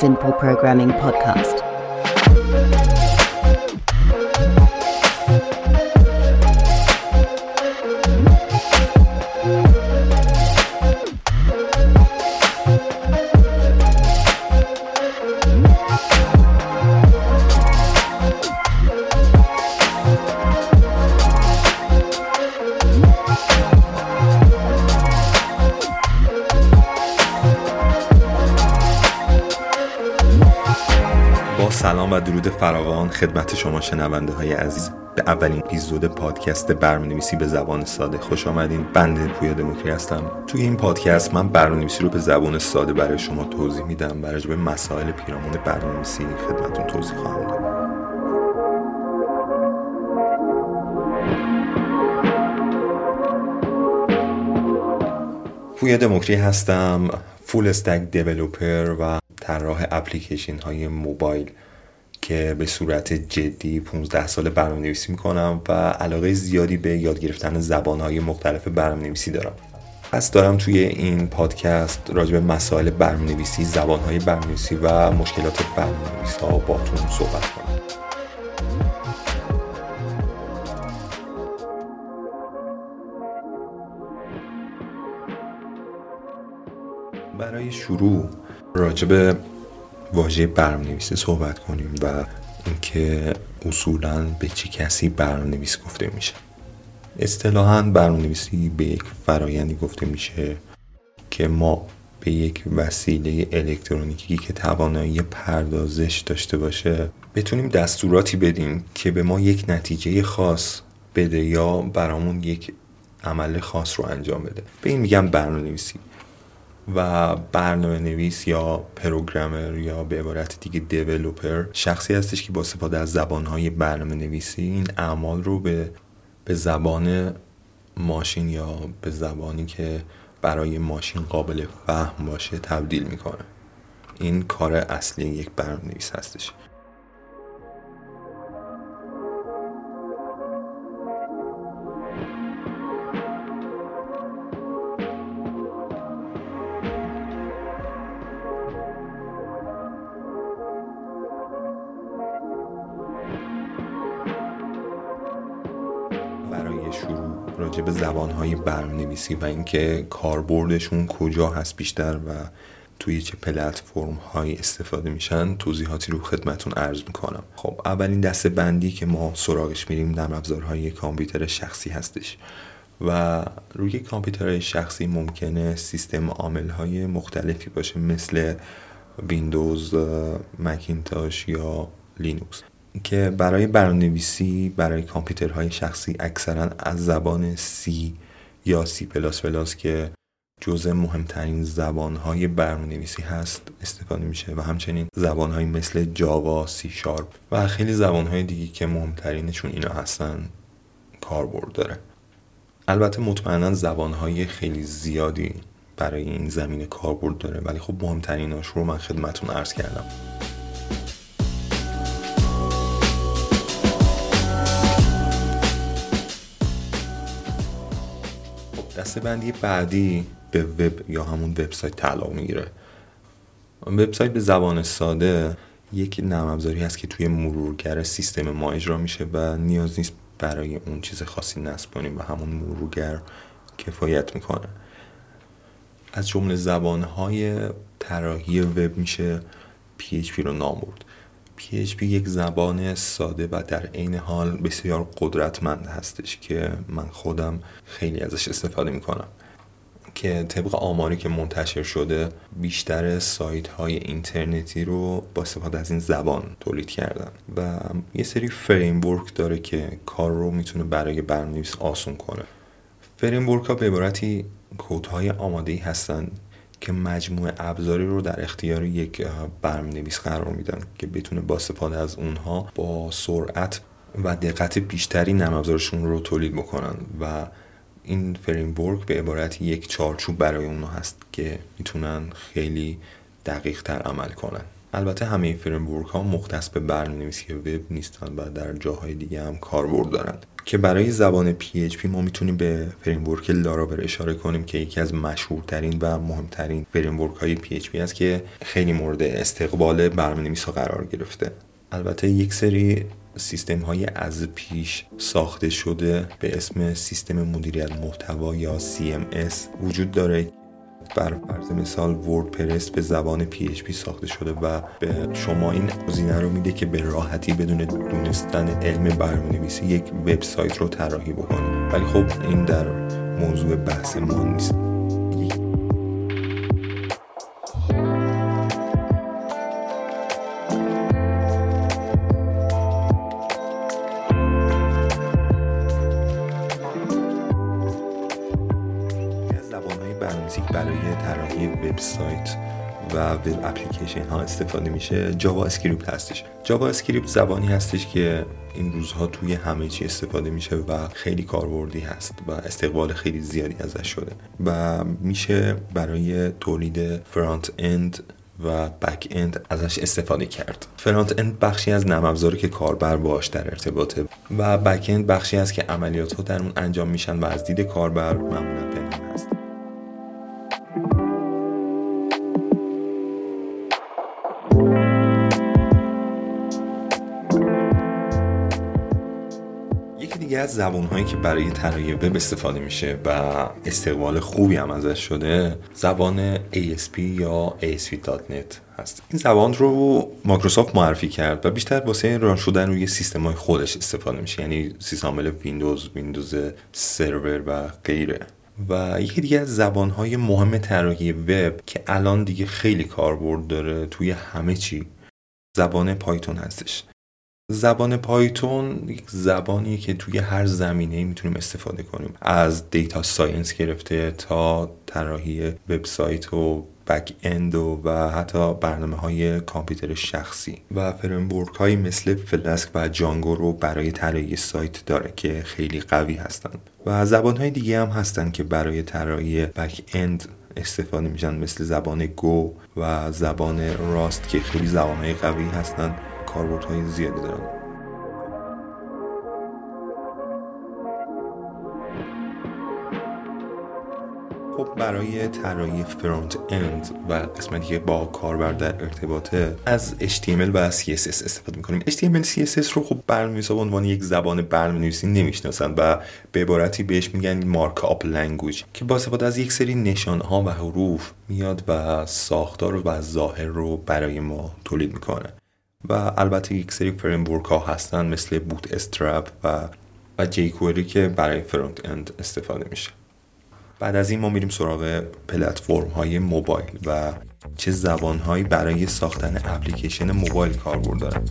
Simple Programming Podcast. سلام و درود فراوان خدمت شما شنونده های عزیز به اولین اپیزود پادکست برنامه‌نویسی به زبان ساده خوش آمدین. بنده پویا دموکری هستم. توی این پادکست من برنامه‌نویسی رو به زبان ساده برای شما توضیح میدم و راجع به مسائل پیرامون برنامه‌نویسی خدمتتون توضیح خواهم داد. پویا دموکری هستم، فول استک دیولپر و طراح اپلیکیشن های موبایل که به صورت جدی 15 سال برنامه‌نویسی میکنم و علاقه زیادی به یاد گرفتن زبان‌های مختلف برنامه‌نویسی دارم. پس دارم توی این پادکست راجع به مسائل برنامه‌نویسی، زبان‌های برنامه‌نویسی و مشکلات برنامه‌نویس‌ها باهاتون صحبت کنم. برای شروع راجع به واژه برنامه‌نویسی صحبت کنیم و اینکه اصولاً به چه کسی برنامه‌نویس گفته میشه. اصطلاحاً برنامه‌نویسی به یک فرآیندی گفته میشه که ما به یک وسیله الکترونیکی که توانایی پردازش داشته باشه بتونیم دستوراتی بدیم که به ما یک نتیجه خاص بده یا برامون یک عمل خاص رو انجام بده. به این میگم برنامه‌نویسی. و برنامه نویس یا پروگرامر یا به عبارت دیگه دیولپر شخصی هستش که با استفاده از زبانهای برنامه نویسی این اعمال رو به زبان ماشین یا به زبانی که برای ماشین قابل فهم باشه تبدیل میکنه. این کار اصلی یک برنامه نویس هستش. برای شروع راجع به زبان‌های برنامه‌نویسی و اینکه کاربردشون کجا هست بیشتر و توی چه پلتفرم‌هایی استفاده میشن توضیحاتی رو خدمتون عرض میکنم. خب اولین دسته‌بندی که ما سراغش میریم نرم افزارهای کامپیوتر شخصی هستش و روی کامپیوترهای شخصی ممکنه سیستم عامل‌های مختلفی باشه مثل ویندوز، مکینتاش یا لینوکس که برای برنامه‌نویسی برای کامپیوترهای شخصی اکثرا از زبان C یا C++ که جزء مهمترین زبانهای برنامه‌نویسی هست استفاده میشه و همچنین زبانهایی مثل جاوا، C# و خیلی زبانهای دیگه که مهمترینشون اینا هستن کاربرد داره. البته مطمئنا زبانهای خیلی زیادی برای این زمینه کاربرد داره ولی خب مهمتریناش رو من خدمتتون عرض کردم. دسته‌بندی بعدی به وب یا همون وبسایت تعلق میگیره. وبسایت به زبان ساده یک نرم افزاری هست که توی مرورگر سیستم ما اجرا میشه و نیاز نیست برای اون چیز خاصی نصب کنیم و همون مرورگر کفایت میکنه. از جمله زبانهای طراحی وب میشه PHP رو نام برد. PHP یک زبان ساده و در عین حال بسیار قدرتمند هستش که من خودم خیلی ازش استفاده میکنم که طبق آماری که منتشر شده بیشتر سایت های اینترنتی رو با استفاده از این زبان تولید کردن و یه سری فریمورک داره که کار رو میتونه برای برنامه‌نویس آسون کنه. فریمورک ها به عبارتی کدهای آماده‌ای هستن که مجموعه ابزاری رو در اختیار یک برنامه‌نویس قرار میدن که بتونه با استفاده از اونها با سرعت و دقت بیشتری نرم افزارشون رو تولید بکنن و این فریمورک به عبارت یک چارچوب برای اونها هست که میتونن خیلی دقیق تر عمل کنن. البته همه فریمورک ها مختص به برنامه‌نویسی وب نیستن و در جاهای دیگه هم کاربرد دارن. که برای زبان PHP ما میتونیم به فریمورک لاراول اشاره کنیم که یکی از مشهورترین و مهمترین فریمورک های PHP است که خیلی مورد استقبال برنامه‌نویسا قرار گرفته. البته یک سری سیستم های از پیش ساخته شده به اسم سیستم مدیریت محتوا یا CMS وجود داره. بر فرض مثال وردپرس به زبان PHP ساخته شده و به شما این گزینه رو میده که به راحتی بدون دونستن علم برنامه‌نویسی یک وبسایت رو طراحی بکنید. ولی خب این در موضوع بحث ما نیست. برای طراحی وبسایت و وب اپلیکیشن ها استفاده میشه جاوا اسکریپت هستش. جاوا اسکریپت زبانی هستش که این روزها توی همه چی استفاده میشه و خیلی کاربردی هست و استقبال خیلی زیادی ازش شده و میشه برای تولید فرانت اند و بک اند ازش استفاده کرد. فرانت اند بخشی از نرم افزاری که کاربر باهاش در ارتباطه و بک اند بخشی است که عملیات ها در اون انجام میشن و از دید کاربر معمولا پنهان هست. یکی از زبان‌هایی که برای طراحی وب استفاده میشه و استقبال خوبی هم ازش شده زبان ASP یا ASP.NET هست. این زبان رو مایکروسافت معرفی کرد و بیشتر واسه ران شدن روی سیستم‌های خودش استفاده میشه، یعنی سیستم ویندوز سرور و غیره. و یکی دیگه از زبان‌های مهم طراحی وب که الان دیگه خیلی کاربرد داره توی همه چی زبان پایتون هستش. زبان پایتون یک زبانیه که توی هر زمینه‌ای میتونیم استفاده کنیم، از دیتا ساینس گرفته تا طراحی وبسایت و بک اند و حتی برنامه‌های کامپیوتر شخصی و فریمورک‌هایی مثل فلاسک و جانگو رو برای طراحی سایت داره که خیلی قوی هستن. و زبان‌های دیگه هم هستن که برای طراحی بک اند استفاده میشن مثل زبان گو و زبان راست که خیلی زبان‌های قوی هستن، کاربردهای زیادی دارن. خب برای طراحی فرانت اند و قسمتی که با کاربر در ارتباطه از HTML و CSS استفاده می‌کنیم. HTML CSS رو خب برنامه‌نویسا به عنوان یک زبان برنامه‌نویسی نمی‌شناسن و به عبارتی بهش میگن مارک آپ لنگویج که با استفاده از یک سری نشانه‌ها و حروف میاد و ساختار و ظاهر رو برای ما تولید می‌کنه. و البته یک سری فریمورک ها هستن مثل بوت استرپ و جیکوئری که برای فرانت اند استفاده میشه. بعد از این ما میریم سراغ پلتفرم های موبایل و چه زبان هایی برای ساختن اپلیکیشن موبایل کاربرد دارن.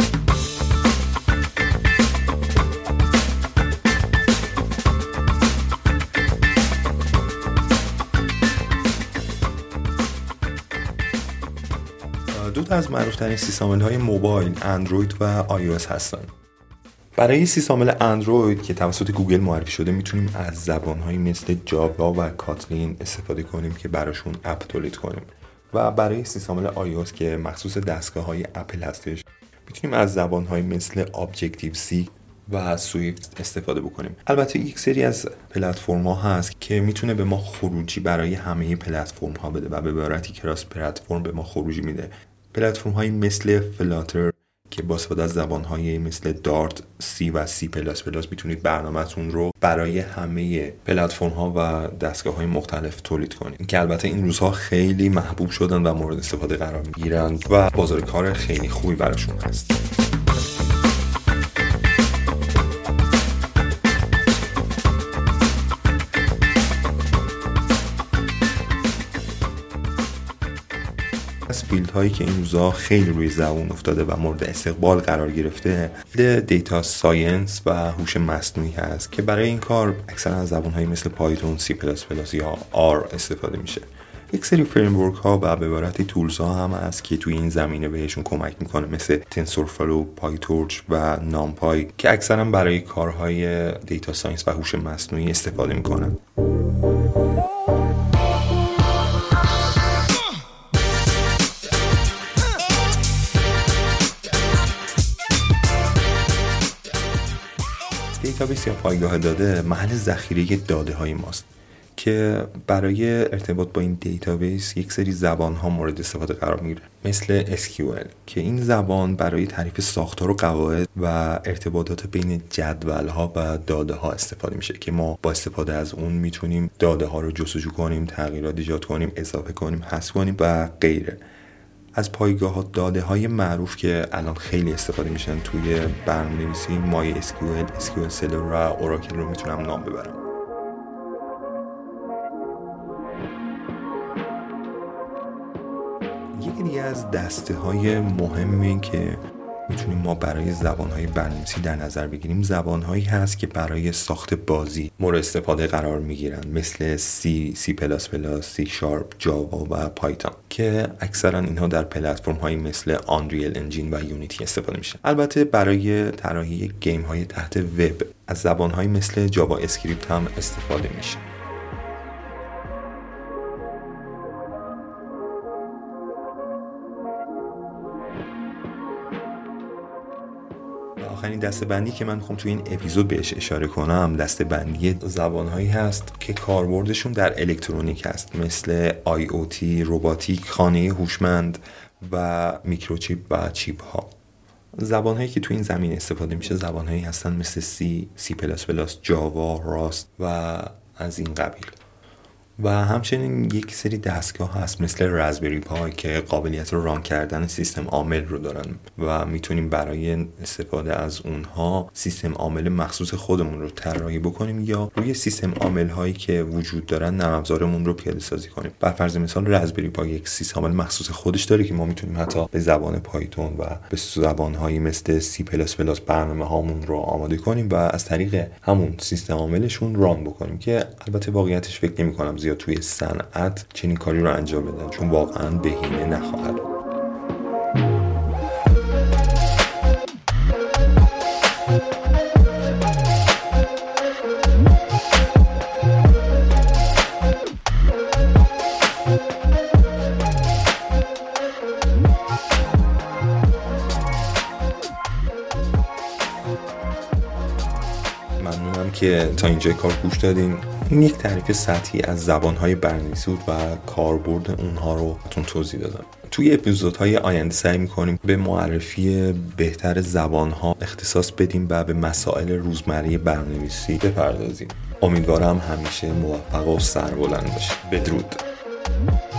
دو تا از معروف‌ترین سیستم‌عامل‌های موبایل اندروید و iOS هستن. برای سیستم‌عامل اندروید که توسط گوگل معرفی شده میتونیم از زبان‌هایی مثل جاوا و کاتلین استفاده کنیم که براشون اپ تولید کنیم و برای سیستم‌عامل iOS که مخصوص دستگاه‌های اپل هستش میتونیم از زبان‌هایی مثل objective C و سویفت استفاده بکنیم. البته یک سری از پلتفرم‌ها هست که میتونه به ما خروجی برای همه پلتفرم‌ها بده و به عبارتی کراس پلتفرم به ما خروجی میده. پلتفرم‌هایی مثل فلاتر که با استفاده از زبان‌های مثل دارت، C و C++ میتونید برنامه‌تون رو برای همه پلتفرم‌ها و دستگاه‌های مختلف تولید کنید که البته این روزها خیلی محبوب شدن و مورد استفاده قرار می‌گیرن و بازار کار خیلی خوبی براشون هست. از فیلد هایی که این روزها خیلی روی زبان افتاده و مورد استقبال قرار گرفته فیلد دیتا ساینس و هوش مصنوعی هست که برای این کار اکثرا از زبان هایی مثل پایتون، C++ یا R استفاده میشه. یک سری فریمورک ها و به عبارتی تولز ها هم هست که توی این زمینه بهشون کمک میکنه مثل تنسورفلو، پایتورچ و نامپای که اکثرا برای کارهای دیتا ساینس و هوش مصنوعی استفاده میکنن. دیتا دیتابیس یا پایگاه داده محل ذخیره داده های ماست که برای ارتباط با این دیتابیس یک سری زبان ها مورد استفاده قرار میگیره، مثل SQL که این زبان برای تعریف ساختار و قواعد و ارتباطات بین جدول ها و داده ها استفاده میشه که ما با استفاده از اون میتونیم داده ها رو جستجو کنیم، تغییرات ایجاد کنیم، اضافه کنیم، حذف کنیم و غیره. از پایگاه داده های معروف که الان خیلی استفاده میشن توی برنامه‌نویسی MySQL، SQL Server و اوراکل رو میتونم نام ببرم. یکی دیگه از دسته های مهمی که میتونیم ما برای زبانهای برنامه‌نویسی در نظر بگیریم زبانهایی هست که برای ساخت بازی مورد استفاده قرار میگیرن، مثل C، C++، C#، جاوا و پایتون که اکثرا اینها در پلتفرم هایی مثل Unreal Engine و یونیتی استفاده میشن. البته برای طراحی گیم های تحت وب از زبانهایی مثل جاوا اسکریپت هم استفاده میشه. آخرین دسته‌بندی که من می‌خوام توی این اپیزود بهش اشاره کنم دسته‌بندی زبان‌هایی هست که کاربردشون در الکترونیک هست، مثل IoT، روباتیک، خانه هوشمند و میکروچیپ و چیپ ها. زبان‌هایی که توی این زمینه استفاده میشه زبان‌هایی هستن مثل C، C++، جاوا، راست و از این قبیل. و همچنین یک سری دستگاه هست مثل رزبری پای که قابلیت ران کردن سیستم عامل رو دارن و میتونیم برای استفاده از اونها سیستم عامل مخصوص خودمون رو طراحی بکنیم یا روی سیستم عامل هایی که وجود دارن نرم افزارمون رو پیاده سازی کنیم. بر فرض مثال رزبری پای یک سیستم عامل مخصوص خودش داره که ما میتونیم حتی به زبان پایتون و به زبان هایی مثل C++ برنامه هامون رو آماده کنیم و از طریق همون سیستم عاملشون ران بکنیم که البته واقعیتش فکر نمی‌کنم زیاد توی صنعت چنین کاری رو انجام بدن چون واقعا بهینه نخواهد. ممنونم که تا اینجای کار گوش دادین. این یک تعریف سطحی از زبان‌های برنامه‌نویسی بود و کاربرد اونها رو بهتون توضیح دادم. توی اپیزودهای آینده سعی می‌کنیم به معرفی بهتر زبان‌ها اختصاص بدیم و به مسائل روزمره برنامه‌نویسی بپردازیم. امیدوارم همیشه موفق و سربلند باشید. بدرود.